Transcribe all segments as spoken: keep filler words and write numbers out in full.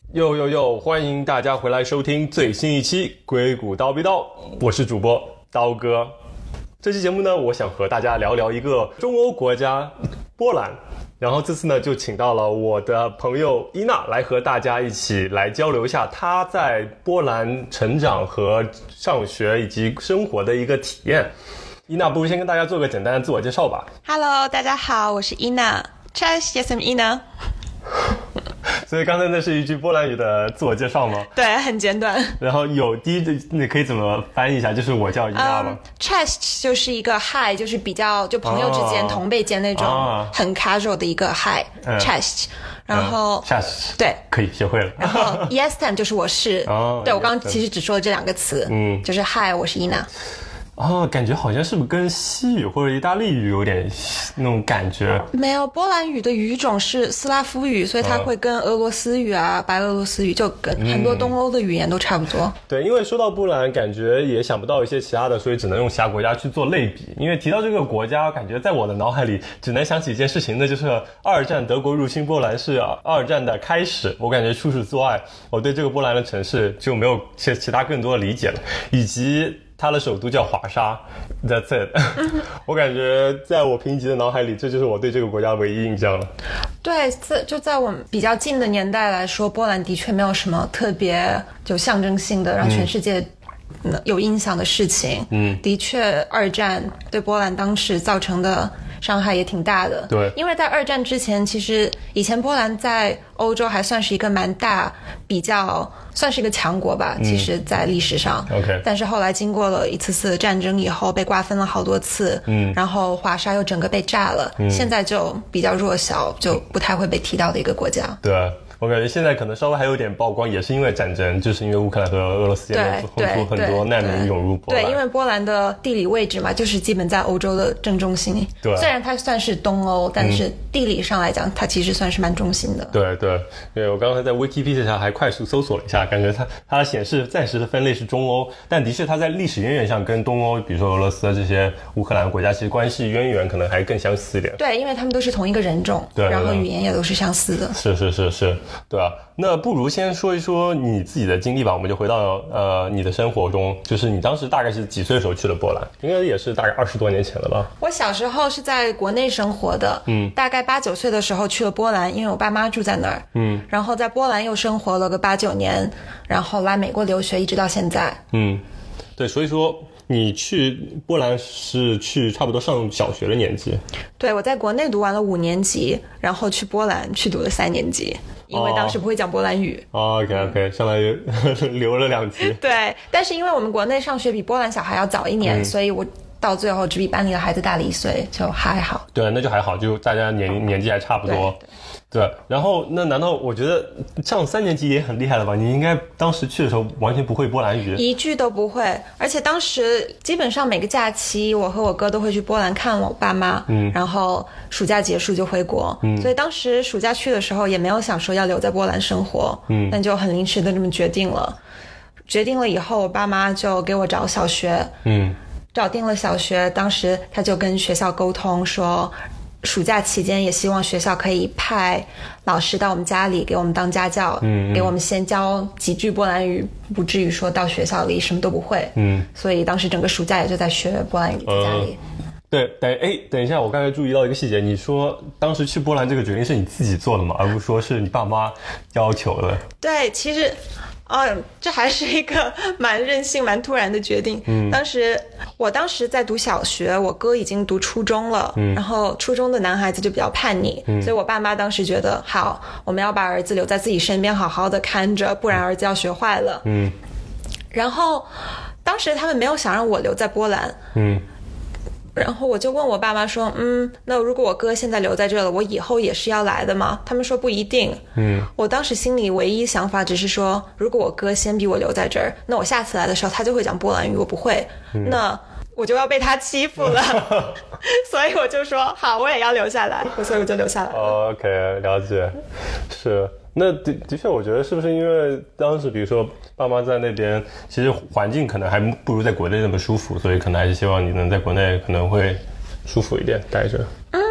呦呦呦！欢迎大家回来收听最新一期《硅谷刀逼刀》，我是主播刀哥。这期节目呢，我想和大家聊聊一个中欧国家波兰。然后这次呢，就请到了我的朋友伊娜来和大家一起来交流一下她在波兰成长和上学以及生活的一个体验。伊娜，不如先跟大家做个简单的自我介绍吧。 Hello， 大家好，我是伊娜。Cześć, jestem Ina。 所以刚才那是一句波兰语的自我介绍吗？ 对，很简短。 然后有第一，你可以怎么翻译一下？就是我叫伊娜吗、 um, Cześć 就是一个 hi， 就是比较就朋友之间、哦、同辈间那种很 casual 的一个 hi、嗯、Cześć。然后、 嗯、Cześć 对， 可以学会了。 然后 jestem 就是我是，哦、对我刚刚其实只说了这两个词，嗯，就是 hi， 我是伊娜。 哦，感觉好像是不是跟西语或者意大利语有点那种感觉？ 没有，波兰语的语种是斯拉夫语，所以它会跟俄罗斯语啊、白俄罗斯语就跟很多东欧的语言都差不多、嗯。 对，因为说到波兰，感觉也想不到一些其他的，所以只能用其他国家去做类比。因为提到这个国家，感觉在我的脑海里只能想起一件事情，那就是二战德国入侵波兰是二战的开始。我感觉除此之外，我对这个波兰的城市就没有其其他更多的理解了，以及它的首都叫华沙 That's it 我感觉在我贫瘠的脑海里，这就是我对这个国家唯一印象了。 对，就在我们比较近的年代来说，波兰的确没有什么特别就象征性的让全世界有影响的事情。嗯，的确二战对波兰当时造成的伤害也挺大的。 对， 因为在二战之前，其实以前波兰在欧洲还算是一个蛮大，比较算是一个强国吧，其实在历史上、 嗯、OK， 但是后来经过了一次次的战争以后，被瓜分了好多次，嗯，然后华沙又整个被炸了、嗯、现在就比较弱小，就不太会被提到的一个国家。 对，我感觉现在可能稍微还有点曝光，也是因为战争，就是因为乌克兰和俄罗斯也轰出很多难民涌入波兰。 对，因为波兰的地理位置嘛，就是基本在欧洲的正中心。 对， 虽然它算是东欧，但是地理上来讲、嗯、它其实算是蛮中心的。 对对对，我刚才在 Wikipedia 上还快速搜索了一下，感觉它它显示暂时的分类是中欧，但的确它在历史渊源上跟东欧，比如说俄罗斯的这些乌克兰国家，其实关系渊源可能还更相似一点。 对，因为他们都是同一个人种， 对， 然后语言也都是相似的。 是是是是，对啊。那不如先说一说你自己的经历吧，我们就回到呃你的生活中，就是你当时大概是几岁的时候去了波兰？应该也是大概二十多年前了吧？ 我小时候是在国内生活的，嗯，大概八九岁的时候去了波兰，因为我爸妈住在那儿，嗯，然后在波兰又生活了个八九年，然后来美国留学，一直到现在。 嗯，对，所以说你去波兰是去差不多上小学的年纪？ 对，我在国内读完了五年级，然后去波兰去读了三年级。因为当时不会讲波兰语。 哦、OK OK， 相当于留了两级。 对，但是因为我们国内上学比波兰小孩要早一年、嗯、所以我到最后只比班里的孩子大了一岁，就还好。 对，那就还好，就大家年年纪还差不多。对，对，然后那难道我觉得上三年级也很厉害了吧？你应该当时去的时候完全不会波兰语， 一句都不会。而且当时基本上每个假期，我和我哥都会去波兰看我爸妈，嗯，然后暑假结束就回国，嗯，所以当时暑假去的时候也没有想说要留在波兰生活，嗯，但就很临时的这么决定了。决定了以后，我爸妈就给我找小学，嗯。找定了小学，当时他就跟学校沟通说，暑假期间也希望学校可以派老师到我们家里给我们当家教，嗯，给我们先教几句波兰语，不至于说到学校里什么都不会，嗯，所以当时整个暑假也就在学波兰语在家里。 呃、对，等哎，等一下，我刚才注意到一个细节，你说当时去波兰这个决定是你自己做的吗？而不是说是你爸妈要求的？ 对，其实。哦，这还是一个蛮任性蛮突然的决定。嗯，当时我当时在读小学，我哥已经读初中了，嗯，然后初中的男孩子就比较叛逆，嗯，所以我爸妈当时觉得好，我们要把儿子留在自己身边好好的看着，不然儿子要学坏了。嗯，然后当时他们没有想让我留在波兰。嗯，然后我就问我爸妈说，嗯，那如果我哥现在留在这了，我以后也是要来的吗？他们说不一定。嗯，我当时心里唯一想法只是说，如果我哥先比我留在这儿，那我下次来的时候他就会讲波兰语，我不会，嗯、那我就要被他欺负了。所以我就说好，我也要留下来，所以我就留下来了。 OK， 了解，是。那的的确，我觉得是不是因为当时比如说爸妈在那边，其实环境可能还不如在国内那么舒服，所以可能还是希望你能在国内可能会舒服一点待着。 嗯，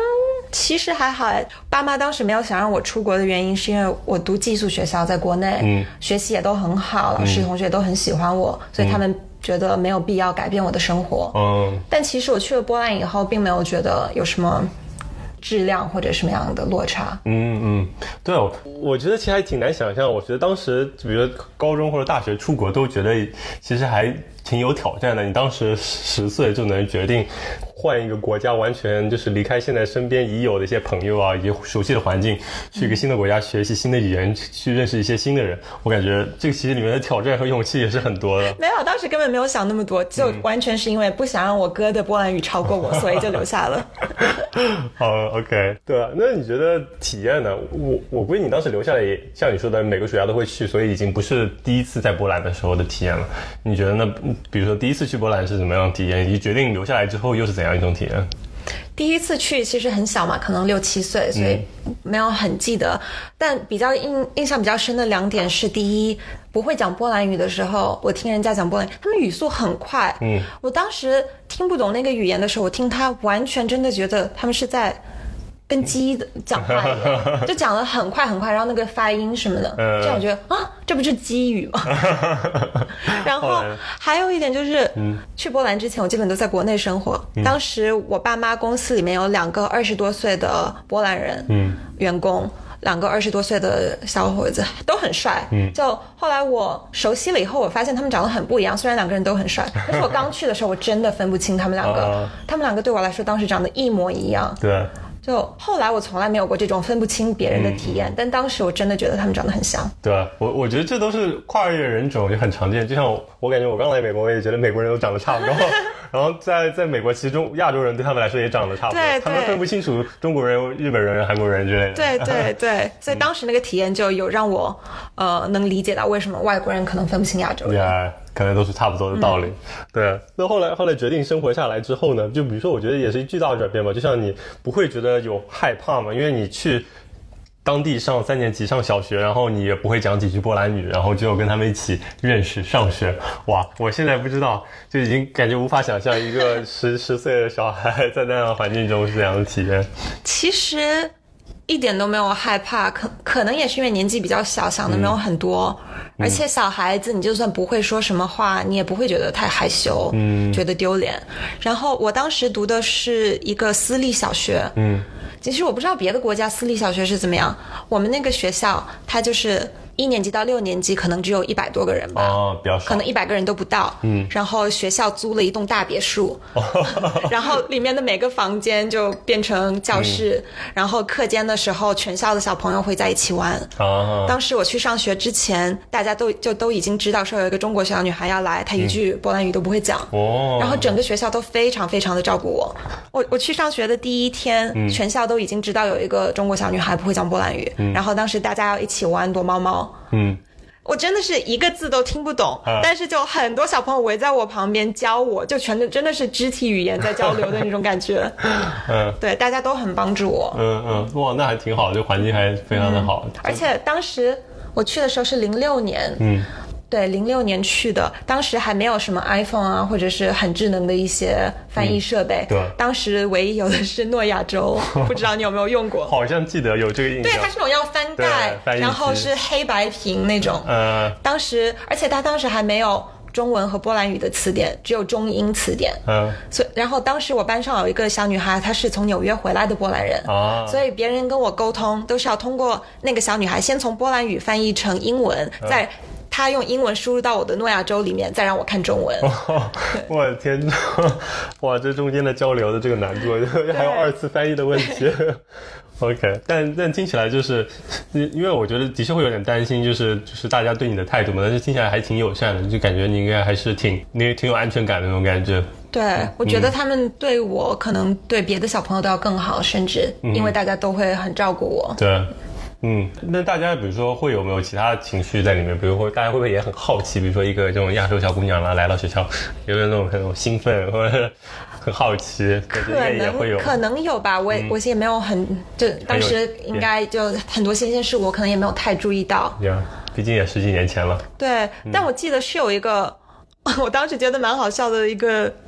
其实还好，爸妈当时没有想让我出国的原因是因为我读寄宿学校，在国内、嗯、学习也都很好，老师同学都很喜欢我、嗯、所以他们觉得没有必要改变我的生活。嗯，但其实我去了波兰以后并没有觉得有什么质量或者什么样的落差。 嗯嗯，对，我觉得其实还挺难想象。我觉得当时比如高中或者大学出国都觉得其实还挺有挑战的。你当时十岁就能决定换一个国家，完全就是离开现在身边已有的一些朋友啊，以及熟悉的环境，去一个新的国家学习新的语言，去认识一些新的人。我感觉这个其实里面的挑战和勇气也是很多的。 没有，当时根本没有想那么多，就完全是因为不想让我哥的波兰语超过我，所以就留下了。 好 ，OK， 对啊，那你觉得体验呢？我我估计你当时留下来也像你说的，每个暑假都会去，所以已经不是第一次在波兰的时候的体验了。你觉得呢？比如说第一次去波兰是怎么样的体验，以及决定留下来之后又是怎样一种体验？ 第一次去其实很小嘛，可能六七岁，所以没有很记得、嗯、但比较印印象比较深的两点是，第一，不会讲波兰语的时候，我听人家讲波兰语，他们语速很快，嗯，我当时听不懂那个语言的时候，我听他完全真的觉得他们是在跟鸡讲话一样，就讲得很快很快，然后那个发音什么的，这样我觉得啊，这不是鸡语吗？然后还有一点就是、嗯、去波兰之前我基本都在国内生活、嗯、当时我爸妈公司里面有两个二十多岁的波兰人、嗯、员工，两个二十多岁的小伙子都很帅、嗯、就后来我熟悉了以后，我发现他们长得很不一样，虽然两个人都很帅，但是我刚去的时候我真的分不清他们两个、啊、他们两个对我来说当时长得一模一样。 对， 就后来我从来没有过这种分不清别人的体验、嗯、但当时我真的觉得他们长得很像。 对啊，我我觉得这都是跨越人种，就很常见。就像 我, 我感觉我刚来美国，我也觉得美国人都长得差不多然后在在美国其中亚洲人对他们来说也长得差不多， 对对， 他们分不清楚中国人、日本人、韩国人之类的。 对对对，所以当时那个体验就有让我呃能理解到为什么外国人可能分不清亚洲人。 Yeah.可能都是差不多的道理、嗯、对。那后来后来决定生活下来之后呢，就比如说我觉得也是巨大的转变嘛，就像你不会觉得有害怕嘛，因为你去当地上三年级上小学，然后你也不会讲几句波兰语，然后就跟他们一起认识上学。哇，我现在不知道，就已经感觉无法想象一个十十岁的小孩在那样的环境中是怎样的体验。 其实一点都没有害怕，可可能也是因为年纪比较小，想的没有很多、嗯、而且小孩子你就算不会说什么话，你也不会觉得太害羞，嗯，觉得丢脸。然后我当时读的是一个私立小学，嗯，其实我不知道别的国家私立小学是怎么样，我们那个学校它就是一年级到六年级可能只有一百多个人吧， 哦，比较少， 可能一百个人都不到。嗯，然后学校租了一栋大别墅，然后里面的每个房间就变成教室，嗯、然后课间的时候，全校的小朋友会在一起玩。啊，当时我去上学之前，大家都就都已经知道说有一个中国小女孩要来，她一句波兰语都不会讲。哦、嗯，然后整个学校都非常非常的照顾我。我我去上学的第一天、嗯，全校都已经知道有一个中国小女孩不会讲波兰语，嗯、然后当时大家要一起玩躲猫猫。嗯，我真的是一个字都听不懂、啊、但是就很多小朋友围在我旁边教我，就全真的是肢体语言在交流的那种感觉。嗯，对，大家都很帮助我。嗯嗯，哇，那还挺好，这环境还非常的好、嗯、 而且当时我去的时候是零六年，嗯，对，零六年去的，当时还没有什么 iPhone 啊，或者是很智能的一些翻译设备。嗯、对，当时唯一有的是诺亚舟，不知道你有没有用过？ 好像记得有这个印象。 对，它是那种要翻盖，然后是黑白屏那种。呃，当时，而且它当时还没有中文和波兰语的词典，只有中英词典。嗯，所以然后当时我班上有一个小女孩，她是从纽约回来的波兰人啊，所以别人跟我沟通都是要通过那个小女孩先从波兰语翻译成英文，嗯、再。他用英文输入到我的诺亚舟里面，再让我看中文。哦、 我的天哪！哇，这中间的交流的这个难度，还有二次翻译的问题。OK， 但但听起来就是，因为我觉得的确会有点担心，就是就是大家对你的态度嘛，但是听起来还挺友善的，就感觉你应该还是挺你挺有安全感的那种感觉。 对，我觉得他们对我可能对别的小朋友都要更好，甚至因为大家都会很照顾我。 对。嗯，那大家比如说会有没有其他情绪在里面？比如说大家会不会也很好奇？比如说一个这种亚洲小姑娘啦来到学校，有没有那种那种兴奋或者很好奇？ 可能也会有， 可能有吧。我也、嗯、我也没有很就当时应该就很多新鲜事物，我可能也没有太注意到。 呀，毕竟也十几年前了。 对，但我记得是有一个，嗯、我当时觉得蛮好笑的一个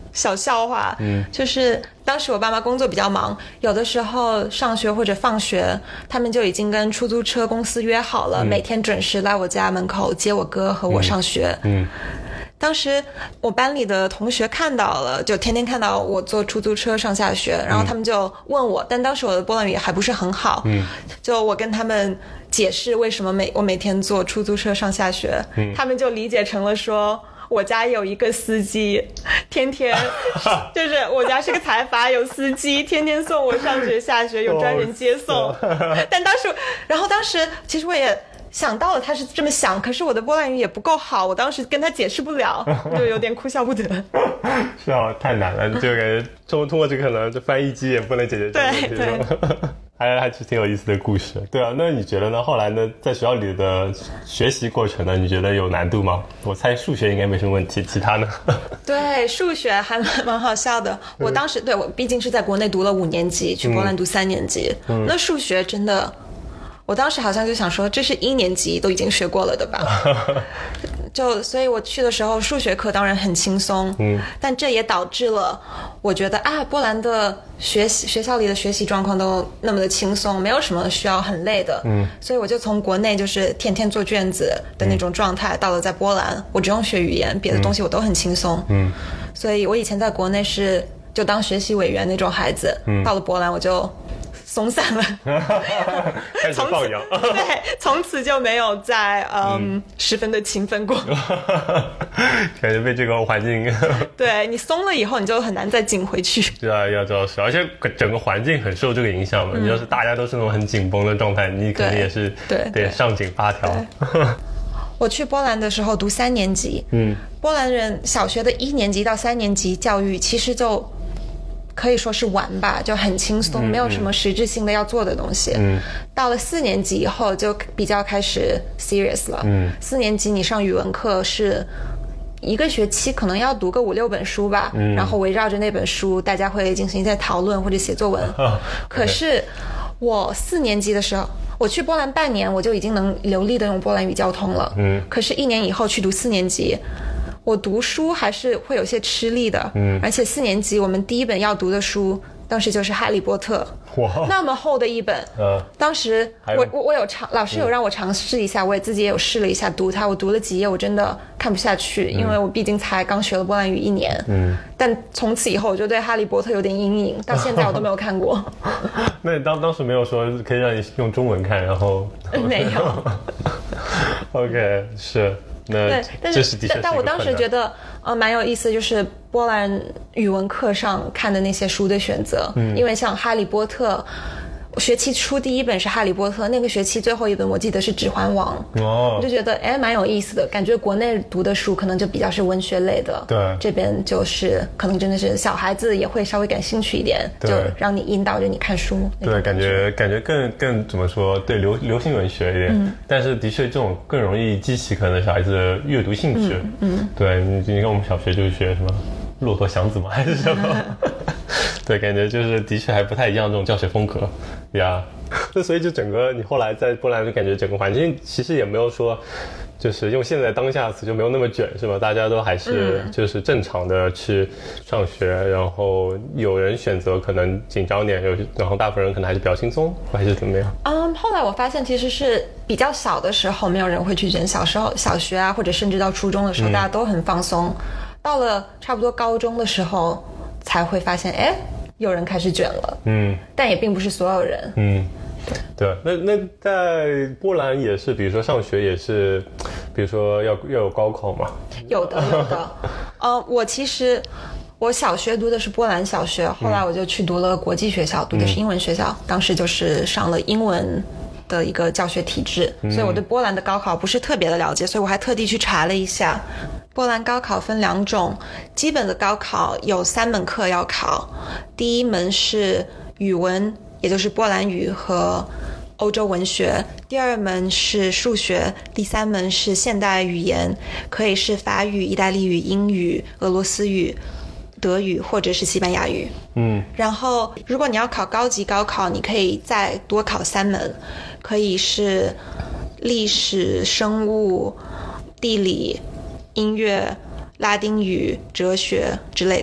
小笑话，嗯，就是当时我爸妈工作比较忙，有的时候上学或者放学，他们就已经跟出租车公司约好了，嗯、每天准时来我家门口接我哥和我上学，嗯。嗯当时我班里的同学看到了，就天天看到我坐出租车上下学，然后他们就问我，嗯、但当时我的波兰语还不是很好，嗯，就我跟他们解释为什么每我每天坐出租车上下学，嗯，他们就理解成了说我家有一个司机，天天就是我家是个财阀，有司机天天送我上学下学，有专人接送。但当时，然后当时其实我也想到了他是这么想，可是我的波兰语也不够好，我当时跟他解释不了，就有点哭笑不得。 是啊，太难了，就感觉通通过这个可能这翻译机也不能解决这个问题。 对对。 还还是挺有意思的故事。对啊，那你觉得呢？后来呢，在学校里的学习过程呢，你觉得有难度吗？我猜数学应该没什么问题，其他呢？ 对，数学还蛮蛮好笑的。我当时对我毕竟是在国内读了五年级，去波兰读三年级，嗯、那数学真的，我当时好像就想说，这是一年级都已经学过了的吧？就所以我去的时候数学课当然很轻松，嗯，但这也导致了我觉得啊，波兰的学习学校里的学习状况都那么的轻松，没有什么需要很累的，嗯，所以我就从国内就是天天做卷子的那种状态，嗯、到了在波兰我只用学语言，别的东西我都很轻松，嗯，所以我以前在国内是就当学习委员那种孩子，嗯，到了波兰我就松散了， 开始放羊。 对，从此就没有再 嗯, 嗯十分的勤奋过。 感觉被这个环境， 对你松了以后，你就很难再紧回去。 对啊，要知道是，而且整个环境很受这个影响嘛。嗯、你要是大家都是那种很紧绷的状态，你肯定也是对得上紧发条。 我去波兰的时候读三年级，嗯，波兰人小学的一年级到三年级教育其实就可以说是玩吧，就很轻松，嗯、没有什么实质性的要做的东西。嗯，到了四年级以后就比较开始 serious 了。嗯，四年级你上语文课是一个学期可能要读个五六本书吧，嗯、然后围绕着那本书大家会进行一些讨论或者写作文。哦、可是我四年级的时候，我去波兰半年我就已经能流利的用波兰语交通了。嗯，可是一年以后去读四年级，我读书还是会有些吃力的，嗯，而且四年级我们第一本要读的书，当时就是《哈利波特》，哇，那么厚的一本，嗯，当时我我我有尝，老师有让我尝试一下，嗯、我也自己也有试了一下读它，我读了几页，我真的看不下去，嗯、因为我毕竟才刚学了波兰语一年，嗯，但从此以后我就对《哈利波特》有点阴影，到现在我都没有看过。 那你当当时没有说可以让你用中文看，然后没有。 OK， 是。 对，但是但但我当时觉得呃蛮有意思，就是波兰语文课上看的那些书的选择，嗯，因为像《哈利波特》，学期初第一本是《哈利波特》，那个学期最后一本我记得是《指环王》，哦，我就觉得哎蛮有意思的，感觉国内读的书可能就比较是文学类的， 对， 这边就是可能真的是小孩子也会稍微感兴趣一点，就让你引导着你看书， 对，感觉感觉更更怎么说，对流流行文学一点，嗯，但是的确这种更容易激起可能小孩子的阅读兴趣，嗯，嗯对，你你看我们小学就是学什么骆驼祥子吗？还是什么？对，感觉就是的确还不太一样这种教学风格呀。那所以就整个你后来在波兰就感觉整个环境其实也没有说，就是用现在当下词就没有那么卷是吧？大家都还是就是正常的去上学，然后有人选择可能紧张点，有然后大部分人可能还是比较轻松，还是怎么样？ 嗯，后来我发现其实是比较小的时候没有人会去卷，小时候小学啊或者甚至到初中的时候、嗯、大家都很放松，到了差不多高中的时候才会发现哎有人开始卷了，嗯，但也并不是所有人， 嗯，对，那那在波兰也是，比如说上学也是，比如说要要有高考嘛？ 有的有的，呃，我其实我小学读的是波兰小学，后来我就去读了国际学校，嗯、读的是英文学校，当时就是上了英文的一个教学体制，嗯、所以我对波兰的高考不是特别的了解，所以我还特地去查了一下。波兰高考分两种，基本的高考有三门课要考，第一门是语文，也就是波兰语和欧洲文学，第二门是数学，第三门是现代语言，可以是法语、意大利语、英语、俄罗斯语、德语或者是西班牙语。嗯，然后如果你要考高级高考，你可以再多考三门，可以是历史、生物、地理、音乐、拉丁语、哲学之类的。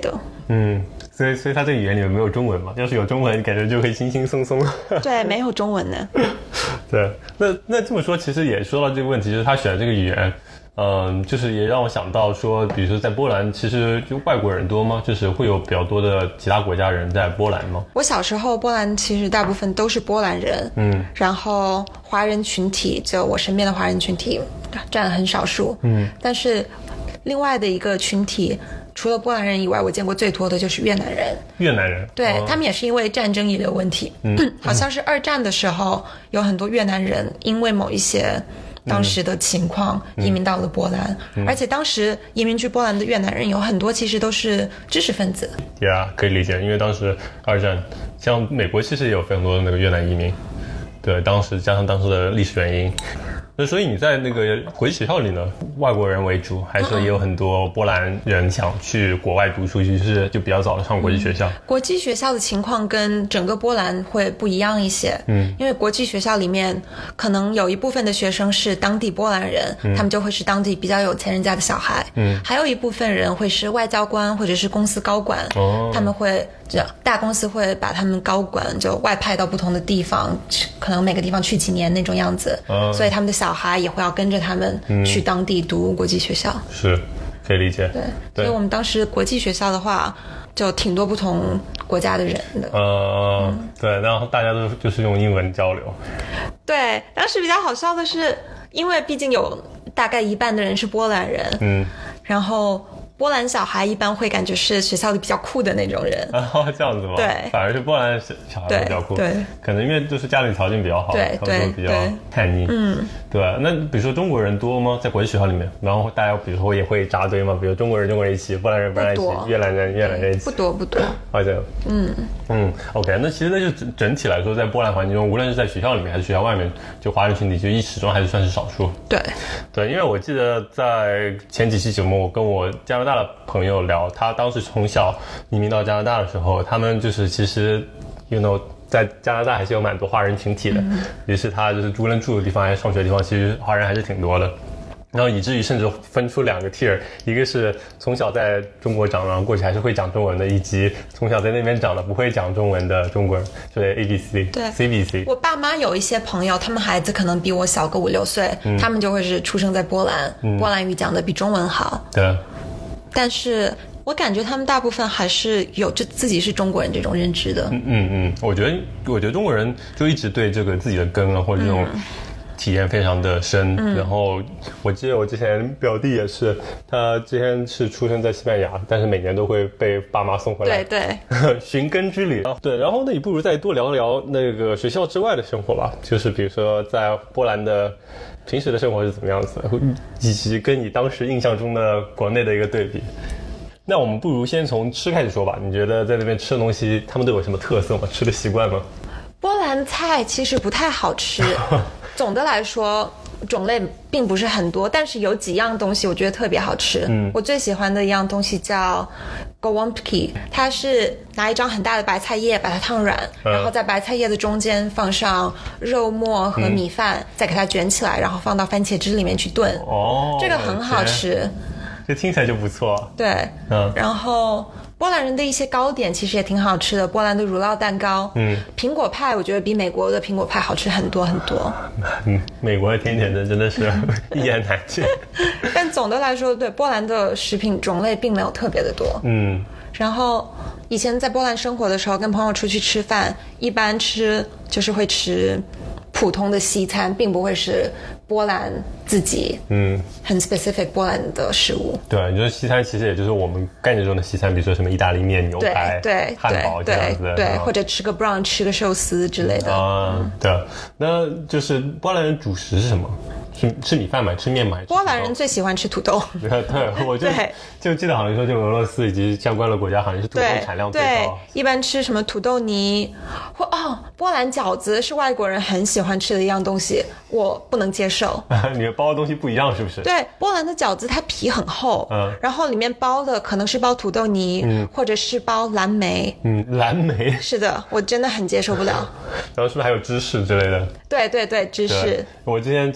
嗯，所以所以它这个语言里面没有中文嘛？要是有中文，感觉就会轻轻松松。 对，没有中文呢。 对，那那这么说，其实也说到这个问题，就是他选这个语言，嗯，就是也让我想到说，比如说在波兰，其实就外国人多吗？就是会有比较多的其他国家人在波兰吗？ 我小时候，波兰其实大部分都是波兰人，嗯，然后华人群体，就我身边的华人群体占很少数，嗯，但是另外的一个群体。除了波兰人以外，我见过最多的就是越南人。 越南人， 对、 哦、 他们也是因为战争遗留问题，嗯，好像是二战的时候，有很多越南人因为某一些当时的情况移民到了波兰，嗯、而且当时移民去波兰的越南人有很多其实都是知识分子。 Yeah， 可以理解，因为当时二战，像美国其实也有非常多的那个越南移民，对，当时加上当时的历史原因。那所以你在那个国际学校里呢，外国人为主，还是也有很多波兰人想去国外读书，于是就比较早的上国际学校、嗯、 国际学校的情况跟整个波兰会不一样一些，嗯，因为国际学校里面可能有一部分的学生是当地波兰人、嗯、他们就会是当地比较有钱人家的小孩，嗯，还有一部分人会是外交官或者是公司高管，哦，他们会大公司会把他们高管就外派到不同的地方，可能每个地方去几年那种样子、哦、所以他们的小孩也会要跟着他们去当地读国际学校、嗯、 是可以理解。 对, 对，所以我们当时国际学校的话就挺多不同国家的人的， 呃、嗯，对，然后大家都就是用英文交流。 对，当时比较好笑的是，因为毕竟有大概一半的人是波兰人，嗯，然后波兰小孩一般会感觉是学校里比较酷的那种人。 哦，这样子吗？ 对， 反而是波兰小孩比较酷。 对， 可能因为就是家里条件比较好， 对对， 他们都比较叛逆。嗯，对。那比如说中国人多吗？在国际学校里面，然后大家比如说也会扎堆吗？比如中国人中国人一起，波兰人波兰人一起，越南人越南人一起。 不多不多。 好像。嗯嗯 ，OK， 那其实那就整整体来说，在波兰环境中，无论是在学校里面还是学校外面，就华人群体就一始终还是算是少数。 对对，因为我记得在前几期节目，我跟我加拿大的朋友聊，他当时从小移民到加拿大的时候，他们就是其实 you know 在加拿大还是有蛮多华人群体的，嗯、于是他就是无论住的地方还是上学的地方，其实华人还是挺多的。然后以至于甚至分出两个 tier， 一个是从小在中国长，然后过去还是会讲中文的，以及从小在那边长的不会讲中文的中国人，就是 A B C， 对 C B C。 我爸妈有一些朋友，他们孩子可能比我小个五六岁、嗯、他们就会是出生在波兰、嗯、波兰语讲的比中文好。 对， 但是我感觉他们大部分还是有这自己是中国人这种认知的。 嗯嗯嗯，我觉得我觉得中国人就一直对这个自己的根啊，或者这种、嗯体验非常的深、嗯、然后我记得我之前表弟也是，他之前是出生在西班牙，但是每年都会被爸妈送回来， 对对寻根之旅。对，然后那你不如再多聊聊那个学校之外的生活吧，就是比如说在波兰的平时的生活是怎么样子，以及跟你当时印象中的国内的一个对比。那我们不如先从吃开始说吧，你觉得在那边吃的东西他们都有什么特色吗？吃的习惯吗？ 波兰菜其实不太好吃总的来说种类并不是很多，但是有几样东西我觉得特别好吃、嗯、我最喜欢的一样东西叫 gołąbki， 它是拿一张很大的白菜叶把它烫软、嗯、然后在白菜叶的中间放上肉末和米饭、嗯、再给它卷起来，然后放到番茄汁里面去炖。哦，这个很好吃， 这听起来就不错。 对，嗯，然后波兰人的一些糕点其实也挺好吃的，波兰的乳酪蛋糕，嗯，苹果派我觉得比美国的苹果派好吃很多很多。 嗯，美国的甜点的真的是一言难尽。 但总的来说，对，波兰的食品种类并没有特别的多。嗯，然后以前在波兰生活的时候，跟朋友出去吃饭，一般吃就是会吃普通的西餐，并不会是波兰自己嗯很 specific 波兰的食物。 对，你说西餐其实也就是我们概念中的西餐，比如说什么意大利面、牛排、 对汉堡这样子的， 对，对，或者吃个 brunch 吃个寿司之类的啊、嗯。对，那就是波兰人主食是什么？是吃米饭吗？吃面吗？ 波兰人最喜欢吃土豆。 对对，我就就记得好像说，就俄罗斯以及相关的国家好像是土豆产量最高。 对，一般吃什么土豆泥，或哦，波兰饺子是外国人很喜欢吃的一样东西，我不能接受。 你的包的东西不一样是不是？ 对，波兰的饺子它皮很厚，嗯，然后里面包的可能是包土豆泥，嗯，或者是包蓝莓。 嗯，蓝莓。 是的，我真的很接受不了。 然后是不是还有芝士之类的？ 对对对，芝士。 我之前就在纽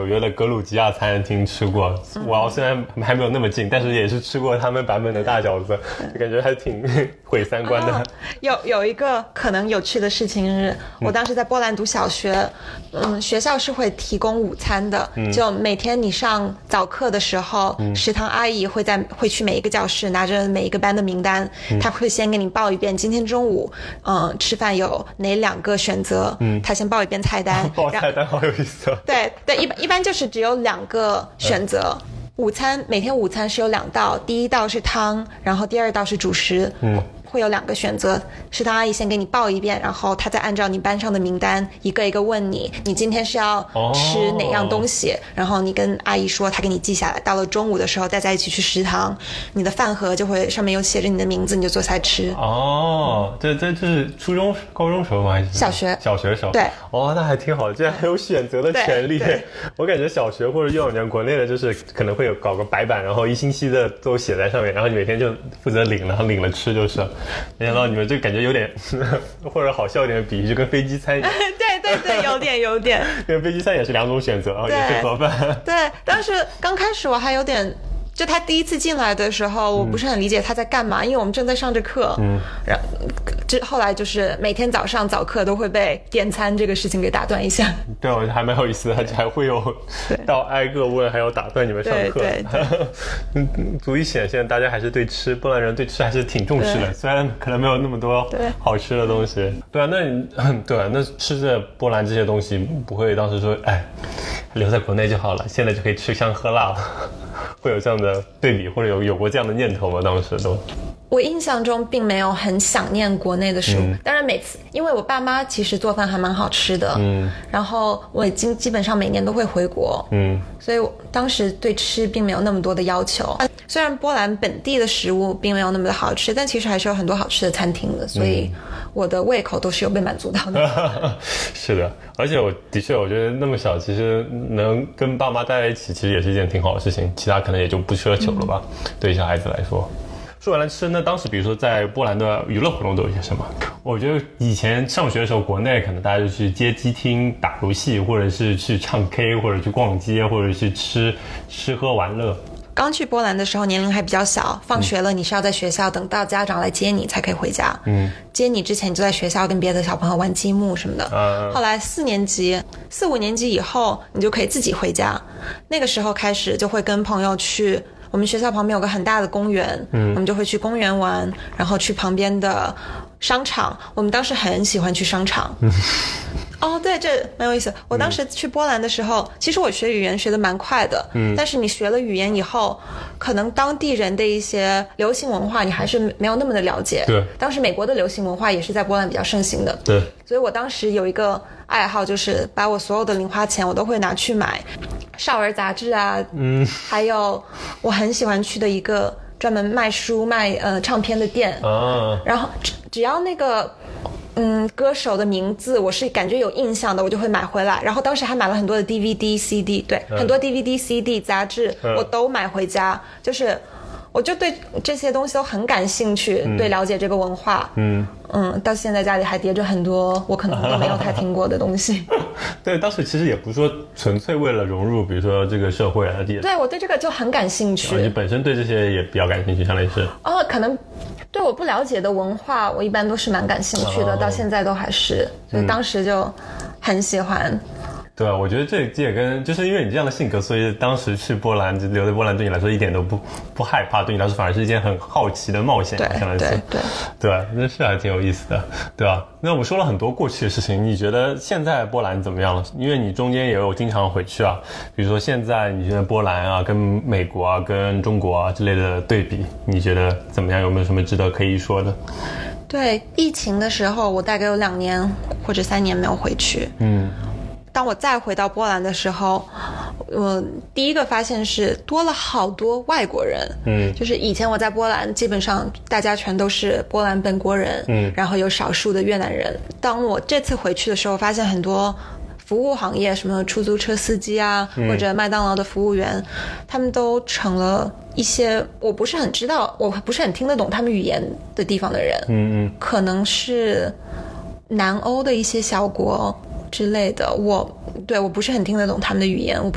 约的格鲁吉亚餐厅吃过，嗯、我虽然还没有那么近，但是也是吃过他们版本的大饺子，就感觉还挺毁三观的。啊、 有有一个可能有趣的事情是，我当时在波兰读小学，嗯，学校是会提供午餐的，嗯、就每天你上早课的时候，嗯、食堂阿姨会在会去每一个教室拿着每一个班的名单，嗯、她会先给你报一遍今天中午，嗯，吃饭有哪两个选择，嗯，她先报一遍菜单， 报菜单好有意思。 对对，一般一般就是只有两个选择。嗯、午餐每天午餐是有两道，第一道是汤，然后第二道是主食。嗯。会有两个选择，食堂阿姨先给你报一遍，然后她再按照你班上的名单一个一个问你，你今天是要吃哪样东西，哦、然后你跟阿姨说，她给你记下来。到了中午的时候，大家一起去食堂，你的饭盒就会上面有写着你的名字，你就做菜吃。 哦，这这这是初中、高中时候吗？还是小学？ 小学时候。 对。 哦，那还挺好，竟然还有选择的权利。我感觉小学或者幼儿园国内的，就是可能会有搞个白板，然后一星期的都写在上面，然后你每天就负责领，然后领了吃就是。没想到你们这感觉有点或者好笑一点的比喻，就跟飞机餐一样。 对对对，有点有点。 因为飞机餐也是两种选择，然后也可以做饭。 对，当时刚开始我还有点。就他第一次进来的时候，我不是很理解他在干嘛，嗯、因为我们正在上着课。嗯，然后这后来就是每天早上早课都会被点餐这个事情给打断一下。 对，我还蛮有意思的，他还会有到挨个问，还有打断你们上课。 对对对嗯，足以显现大家还是对吃，波兰人对吃还是挺重视的，虽然可能没有那么多好吃的东西。对啊，那你对啊，那吃着波兰这些东西，不会当时说，哎，留在国内就好了，现在就可以吃香喝辣了。会有这样的对比，或者有有过这样的念头吗？当时都， 我印象中并没有很想念国内的食物。嗯、当然，每次因为我爸妈其实做饭还蛮好吃的，嗯，然后我已经基本上每年都会回国，嗯，所以我当时对吃并没有那么多的要求。虽然波兰本地的食物并没有那么的好吃，但其实还是有很多好吃的餐厅的，所以我的胃口都是有被满足到的。 嗯、是的，而且我的确，我觉得那么小，其实能跟爸妈待在一起，其实也是一件挺好的事情。其他可能也就不奢求了吧，嗯、对小孩子来说。说完了吃，那当时比如说在波兰的娱乐活动都有些什么？我觉得以前上学的时候，国内可能大家就去街机厅打游戏，或者是去唱 K， 或者去逛街，或者去吃吃喝玩乐。 刚去波兰的时候年龄还比较小，放学了你是要在学校等到家长来接你才可以回家。嗯，接你之前你就在学校跟别的小朋友玩积木什么的。嗯，后来四年级、四五年级以后，你就可以自己回家。那个时候开始就会跟朋友去。我们学校旁边有个很大的公园，嗯，我们就会去公园玩，然后去旁边的商场。我们当时很喜欢去商场。嗯哦，对，这蛮有意思。我当时去波兰的时候，嗯、其实我学语言学得蛮快的，嗯，但是你学了语言以后，可能当地人的一些流行文化你还是没有那么的了解。 对， 当时美国的流行文化也是在波兰比较盛行的。 对， 所以我当时有一个爱好，就是把我所有的零花钱我都会拿去买少儿杂志啊，嗯，还有我很喜欢去的一个专门卖书卖呃唱片的店啊，然后只只要那个。嗯，歌手的名字我是感觉有印象的，我就会买回来。然后当时还买了很多的 D V D、C D， 对，嗯、很多 D V D、C D 杂志、嗯、我都买回家。就是我就对这些东西都很感兴趣，嗯、对了解这个文化。嗯嗯，到现在家里还叠着很多我可能都没有太听过的东西。 对，当时其实也不是说纯粹为了融入，比如说这个社会啊， 对我对这个就很感兴趣。 你本身对这些也比较感兴趣，相当于是。 哦，可能。对我不了解的文化，我一般都是蛮感兴趣的，哦、到现在都还是，所以当时就很喜欢。嗯、 对啊，我觉得这这也跟就是因为你这样的性格，所以当时去波兰，留在波兰对你来说一点都不不害怕，对你来说反而是一件很好奇的冒险， 对相当于是。 对对对吧？那是还挺有意思的，对吧？那我们说了很多过去的事情，你觉得现在波兰怎么样了？因为你中间也有经常回去啊，比如说现在你觉得波兰啊，跟美国啊，跟中国啊之类的对比，你觉得怎么样？有没有什么值得可以说的？ 对，疫情的时候，我大概有两年或者三年没有回去。嗯。当我再回到波兰的时候，我第一个发现是多了好多外国人。嗯，就是以前我在波兰，基本上大家全都是波兰本国人，嗯，然后有少数的越南人。当我这次回去的时候，发现很多服务行业，什么出租车司机啊，嗯、或者麦当劳的服务员，他们都成了一些我不是很知道，我不是很听得懂他们语言的地方的人。嗯嗯，可能是南欧的一些小国之类的，我对我不是很听得懂他们的语言，我不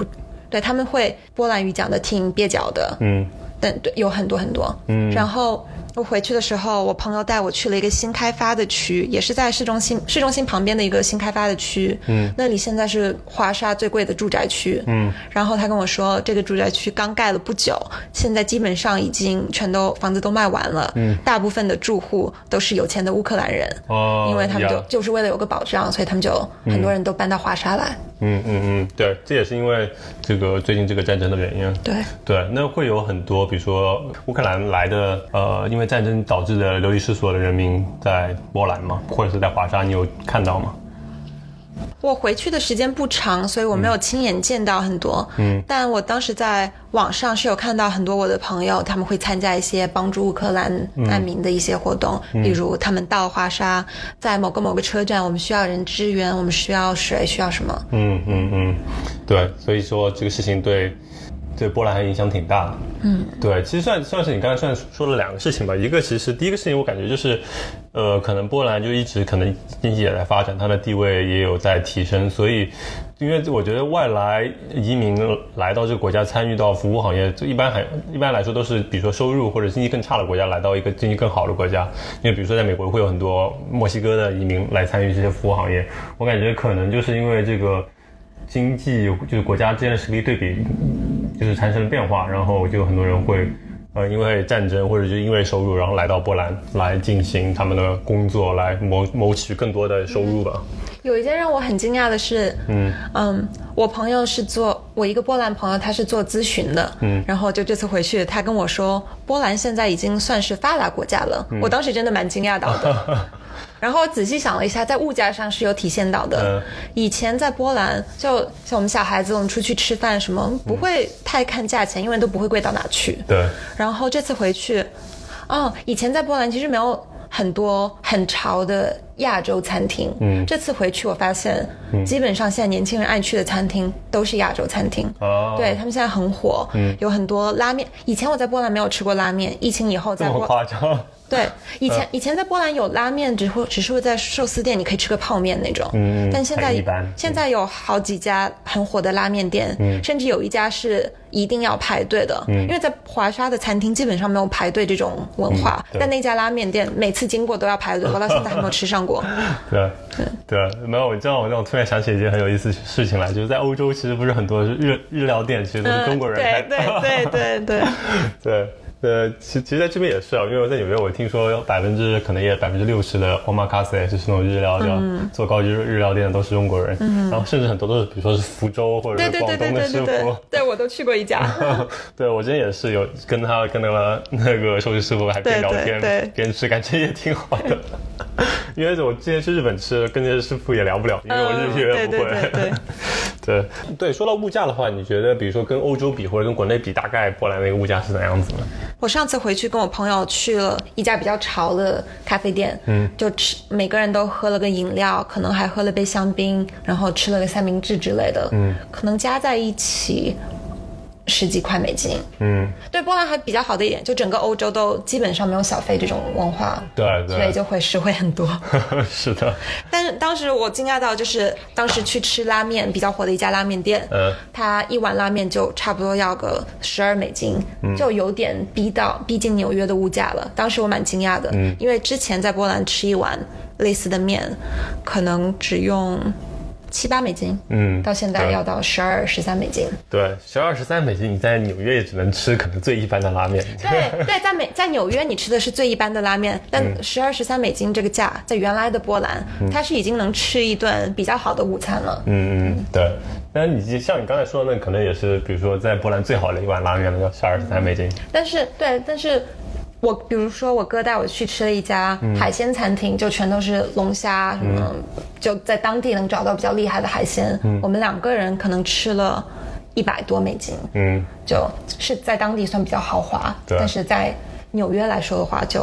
对，他们会波兰语讲的挺蹩脚的， 嗯， 但对有很多很多，嗯，然后我回去的时候，我朋友带我去了一个新开发的区，也是在市中心市中心旁边的一个新开发的区，嗯，那里现在是华沙最贵的住宅区，嗯，然后他跟我说，这个住宅区刚盖了不久，现在基本上已经全都房子都卖完了，嗯，大部分的住户都是有钱的乌克兰人，哦，因为他们就、yeah. 就是为了有个保障，所以他们就、嗯、很多人都搬到华沙来， 嗯嗯嗯，对，这也是因为这个最近这个战争的原因， 对对，那会有很多比如说乌克兰来的呃，因为战争导致的流离失所的人民在波兰吗？或者是在华沙，你有看到吗？ 我回去的时间不长，所以我没有亲眼见到很多。嗯，但我当时在网上是有看到很多我的朋友，他们会参加一些帮助乌克兰难民的一些活动，嗯、例如他们到华沙，在某个某个车站，我们需要人支援，我们需要水，需要什么？嗯嗯嗯，对，所以说这个事情对。对波兰还影响挺大的，嗯，对，其实算算是你刚才算说了两个事情吧，一个其实第一个事情我感觉就是，呃，可能波兰就一直可能经济也在发展，它的地位也有在提升，所以因为我觉得外来移民来到这个国家参与到服务行业，一般还一般来说都是比如说收入或者经济更差的国家来到一个经济更好的国家，因为比如说在美国会有很多墨西哥的移民来参与这些服务行业，我感觉可能就是因为这个经济就是国家之间的实力对比。就是产生了变化，然后就很多人会，呃，因为战争或者就因为收入，然后来到波兰来进行他们的工作，来谋谋取更多的收入吧。 有一件让我很惊讶的是，嗯嗯，我朋友是做我一个波兰朋友，他是做咨询的，嗯，然后就这次回去，他跟我说，波兰现在已经算是发达国家了，嗯、我当时真的蛮惊讶到的。然后仔细想了一下，在物价上是有体现到的。嗯、以前在波兰，就像我们小孩子，我们出去吃饭什么，不会太看价钱，因为都不会贵到哪去。 对。 然后这次回去，哦，以前在波兰其实没有很多很潮的亚洲餐厅。嗯。这次回去我发现，嗯、基本上现在年轻人爱去的餐厅都是亚洲餐厅。哦。对，他们现在很火，嗯，有很多拉面。以前我在波兰没有吃过拉面，疫情以后在波这么夸张。 对，以前、呃、以前在波兰有拉面，只会只是会在寿司店你可以吃个泡面那种，嗯，但现在现在有好几家很火的拉面店，嗯，甚至有一家是一定要排队的，嗯，因为在华沙的餐厅基本上没有排队这种文化，嗯、但那家拉面店每次经过都要排队，我到现在还没有吃上过。 对对对，没有，我这样我让我突然想起一件很有意思的事情来，就是在欧洲其实不是很多日日料店其实都是中国人开的， 嗯、对对对对对对。呃，其其实在这边也是啊，因为我在纽约，我听说百分之可能也百分之六十的 omakase 就是那种日料，嗯、做高级日料店的都是中国人，嗯、然后甚至很多都是比如说是福州或者是广东的师傅，对, 对, 对, 对, 对, 对, 对, 对我都去过一家。 对，我之前也是有跟他跟那个那个寿司师傅还边聊天边吃，感觉也挺好的。因为我之前去日本吃，跟这些师傅也聊不了，因为我日语也不会。 嗯、对对对对对对，说到物价的话，你觉得比如说跟欧洲比或者跟国内比，大概波兰那个物价是怎样子呢？ 我上次回去跟我朋友去了一家比较潮的咖啡店，嗯，就吃每个人都喝了个饮料，可能还喝了杯香槟，然后吃了个三明治之类的，嗯，可能加在一起十几块美金。嗯，对，波兰还比较好的一点，就整个欧洲都基本上没有小费这种文化， 对对， 所以就会实惠很多。 是的。 但是当时我惊讶到，就是当时去吃拉面比较火的一家拉面店，嗯，它一碗拉面就差不多要个十二美金，嗯，就有点逼到逼近纽约的物价了。当时我蛮惊讶的，嗯，因为之前在波兰吃一碗类似的面，可能只用七八美金，嗯，到现在要到十二十三美金。 对，十二十三美金，你在纽约也只能吃可能最一般的拉面。 对对，在美在纽约你吃的是最一般的拉面，但十二十三美金这个价，在原来的波兰，嗯、它是已经能吃一顿比较好的午餐了。 嗯嗯，对。但你像你刚才说的，那可能也是，比如说在波兰最好的一碗拉面要十二十三美金。 但是对，但是。我比如说我哥带我去吃了一家海鲜餐厅，嗯、就全都是龙虾什么，嗯、就在当地能找到比较厉害的海鲜。嗯、我们两个人可能吃了一百多美金，嗯，就是在当地算比较豪华，但是在纽约来说的话就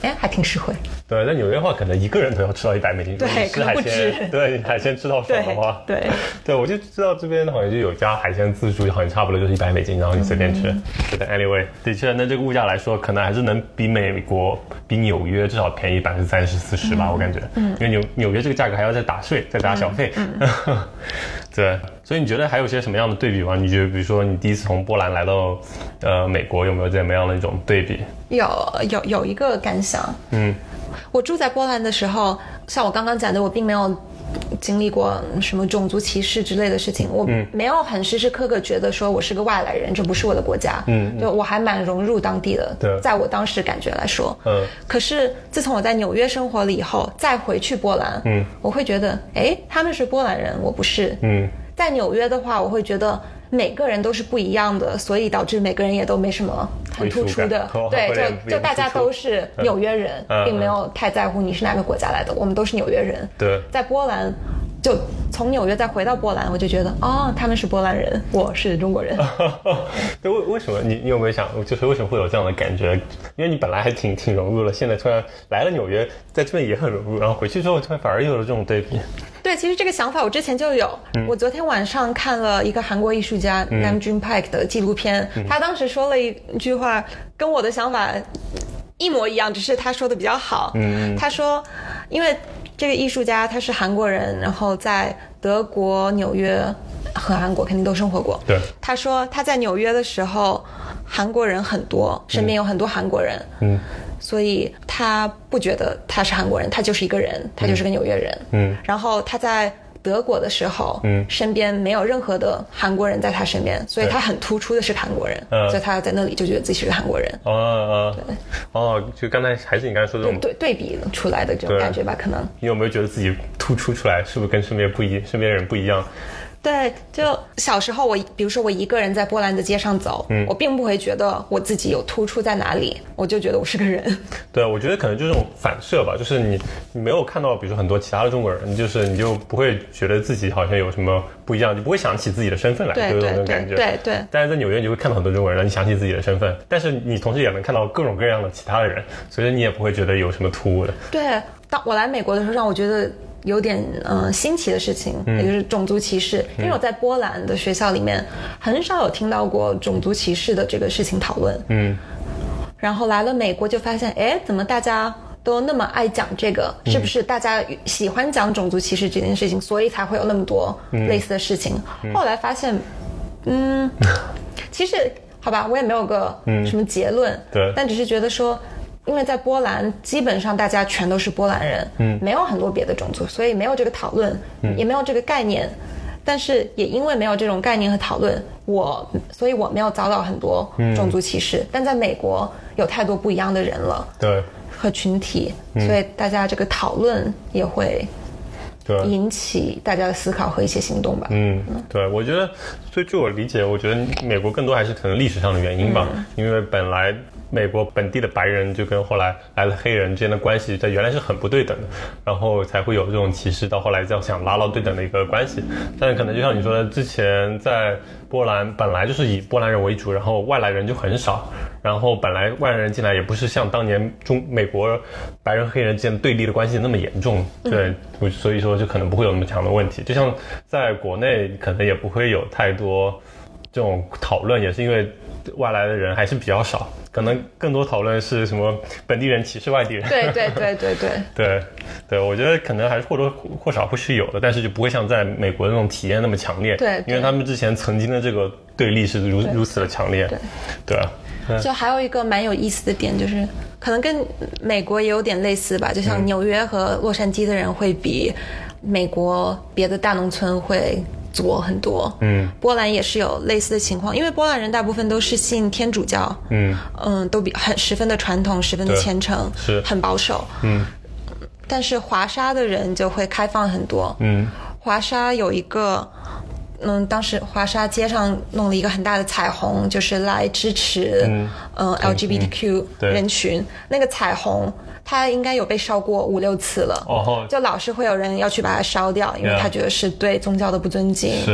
哎，还挺实惠。 对，在纽约的话，可能一个人都要吃到一百美金。 对， 吃海鲜，对，海鲜吃到爽的话， 对，对， 对，我就知道这边好像就有家海鲜自助，好像差不多就是一百美金，然后你随便吃。对的 ，anyway， 的确，那这个物价来说，可能还是能比美国、比纽约至少便宜百分之三十、四十吧，我感觉。嗯，因为纽纽约这个价格还要再打税，再打小费。嗯，嗯对。所以你觉得还有些什么样的对比吗？你觉得比如说你第一次从波兰来到呃美国，有没有怎么样的一种对比？ 有有有一个感想， 嗯， 我住在波兰的时候，像我刚刚讲的，我并没有经历过什么种族歧视之类的事情，我没有很时时刻刻觉得说我是个外来人，这不是我的国家，嗯，就我还蛮融入当地的， 对， 在我当时感觉来说， 嗯， 可是自从我在纽约生活了以后，再回去波兰，嗯，我会觉得，哎，他们是波兰人，我不是，嗯。在纽约的话，我会觉得每个人都是不一样的，所以导致每个人也都没什么很突出的，对，就就大家都是纽约人，嗯、并没有太在乎你是哪个国家来的，我们都是纽约人。 对， 在波兰，就从纽约再回到波兰，我就觉得哦，他们是波兰人，我是中国人。 对，为为什么你你有没有想，就是为什么会有这样的感觉？因为你本来还挺挺融入了，现在突然来了纽约，在这边也很融入，然后回去之后突然反而又有了这种对比。 对，其实这个想法我之前就有。嗯、我昨天晚上看了一个韩国艺术家 Nam June Paik 的纪录片，嗯、他当时说了一句话，跟我的想法一模一样，只是他说的比较好。嗯、他说，因为这个艺术家他是韩国人，然后在德国、纽约和韩国肯定都生活过。 对， 他说他在纽约的时候，韩国人很多，身边有很多韩国人。嗯。所以他不觉得他是韩国人，他就是一个人，他就是个纽约人。嗯，然后他在德国的时候，嗯，身边没有任何的韩国人在他身边，所以他很突出的是韩国人，嗯，所以他在那里就觉得自己是个韩国人。 哦哦，对，哦，就刚才还是你刚才说的这种对对比出来的这种感觉吧，可能。 你有没有觉得自己突出出来，是不是跟身边不一身边人不一样？ 对，就小时候我，比如说我一个人在波兰的街上走，嗯，我并不会觉得我自己有突出在哪里，我就觉得我是个人。 对，我觉得可能就是这种反射吧，就是你你没有看到，比如说很多其他的中国人，你就是你就不会觉得自己好像有什么不一样，你不会想起自己的身份来， 对就是这种感觉。 对对对。 但是在纽约，你会看到很多中国人，你想起自己的身份，但是你同时也能看到各种各样的其他的人，所以你也不会觉得有什么突兀的。 对，当我来美国的时候，让我觉得有点呃新奇的事情，也就是种族歧视。因为我在波兰的学校里面很少有听到过种族歧视的这个事情讨论。嗯。然后来了美国就发现，哎，怎么大家都那么爱讲这个？是不是大家喜欢讲种族歧视这件事情，所以才会有那么多类似的事情？嗯、后来发现，嗯，其实好吧，我也没有个什么结论，嗯、 对， 但只是觉得说。因为在波兰基本上大家全都是波兰人，嗯，没有很多别的种族，所以没有这个讨论，嗯，也没有这个概念。但是也因为没有这种概念和讨论，我所以我没有遭到很多种族歧视。嗯、但在美国有太多不一样的人了， 对， 和群体，嗯、所以大家这个讨论也会引起大家的思考和一些行动吧。 嗯，对，我觉得，所以据我理解，我觉得美国更多还是可能历史上的原因吧，嗯、因为本来。美国本地的白人就跟后来来了黑人之间的关系在原来是很不对等的，然后才会有这种歧视，到后来要想拉到对等的一个关系。但是可能就像你说的，之前在波兰本来就是以波兰人为主，然后外来人就很少，然后本来外来人进来也不是像当年中美国白人黑人之间对立的关系那么严重，对，嗯、所以说就可能不会有那么强的问题。就像在国内可能也不会有太多这种讨论，也是因为外来的人还是比较少，可能更多讨论是什么本地人歧视外地人。 对对对对对对对，我觉得可能还是或多或少会是有的，但是就不会像在美国那种体验那么强烈。 对， 因为他们之前曾经的这个对立是如如此的强烈。 对对啊。 就还有一个蛮有意思的点，就是可能跟美国也有点类似吧，就像纽约和洛杉矶的人会比美国别的大农村会左很多。嗯，波兰也是有类似的情况，因为波兰人大部分都是信天主教，嗯嗯，都比很十分的传统，十分的虔诚， 是很保守。嗯，但是华沙的人就会开放很多。嗯，华沙有一个。嗯，当时华沙街上弄了一个很大的彩虹，就是来支持嗯、呃、L G B T Q 人群。嗯、那个彩虹它应该有被烧过五六次了，哦，就老是会有人要去把它烧掉，因为他觉得是对宗教的不尊敬。 是。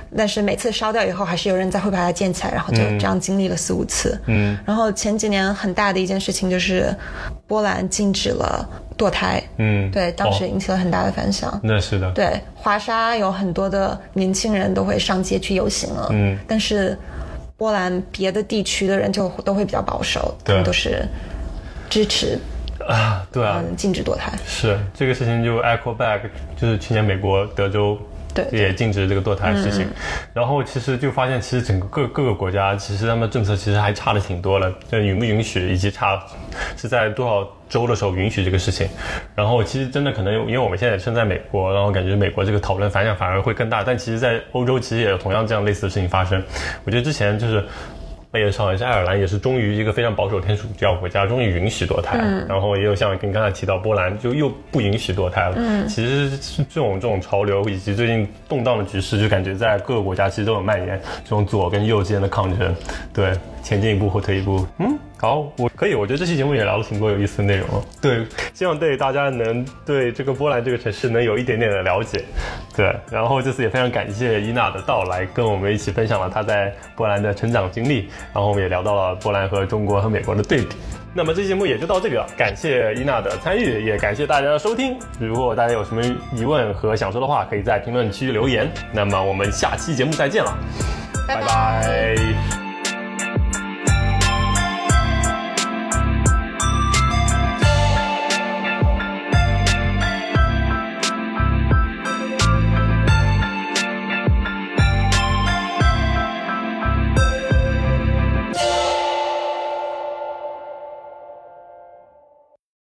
但是每次烧掉以后，还是有人再会把它建起来，然后就这样经历了四五次。嗯，然后前几年很大的一件事情就是波兰禁止了堕胎。嗯，对，当时引起了很大的反响。 哦、那是的。 对，华沙有很多的年轻人都会上街去游行了。嗯，但是波兰别的地区的人就都会比较保守，他们都是支持。 啊，对啊， 嗯，禁止堕胎是这个事情就 echo back， 就是去年美国德州对也禁止这个堕胎的事情，嗯、然后其实就发现其实整个各各个国家其实他们政策其实还差的挺多的，就允不允许以及差是在多少州的时候允许这个事情，然后其实真的可能因为我们现在身在美国，然后感觉美国这个讨论反响反而会更大，但其实在欧洲其实也有同样这样类似的事情发生。我觉得之前就是也好像是爱尔兰也是终于一个非常保守天主教国家终于允许堕胎、嗯、然后也有像跟刚才提到波兰就又不允许堕胎了、嗯、其实这种这种潮流以及最近动荡的局势就感觉在各个国家其实都有蔓延，这种左跟右之间的抗争，对，前进一步或退一步。嗯，好，我可以，我觉得这期节目也聊了挺多有意思的内容了。对，希望对大家能对这个波兰这个城市能有一点点的了解。对，然后这次也非常感谢伊娜的到来，跟我们一起分享了她在波兰的成长经历，然后我们也聊到了波兰和中国和美国的对比。那么这期节目也就到这里了，感谢伊娜的参与，也感谢大家的收听。如果大家有什么疑问和想说的话，可以在评论区留言。那么我们下期节目再见了， 拜拜。 拜拜。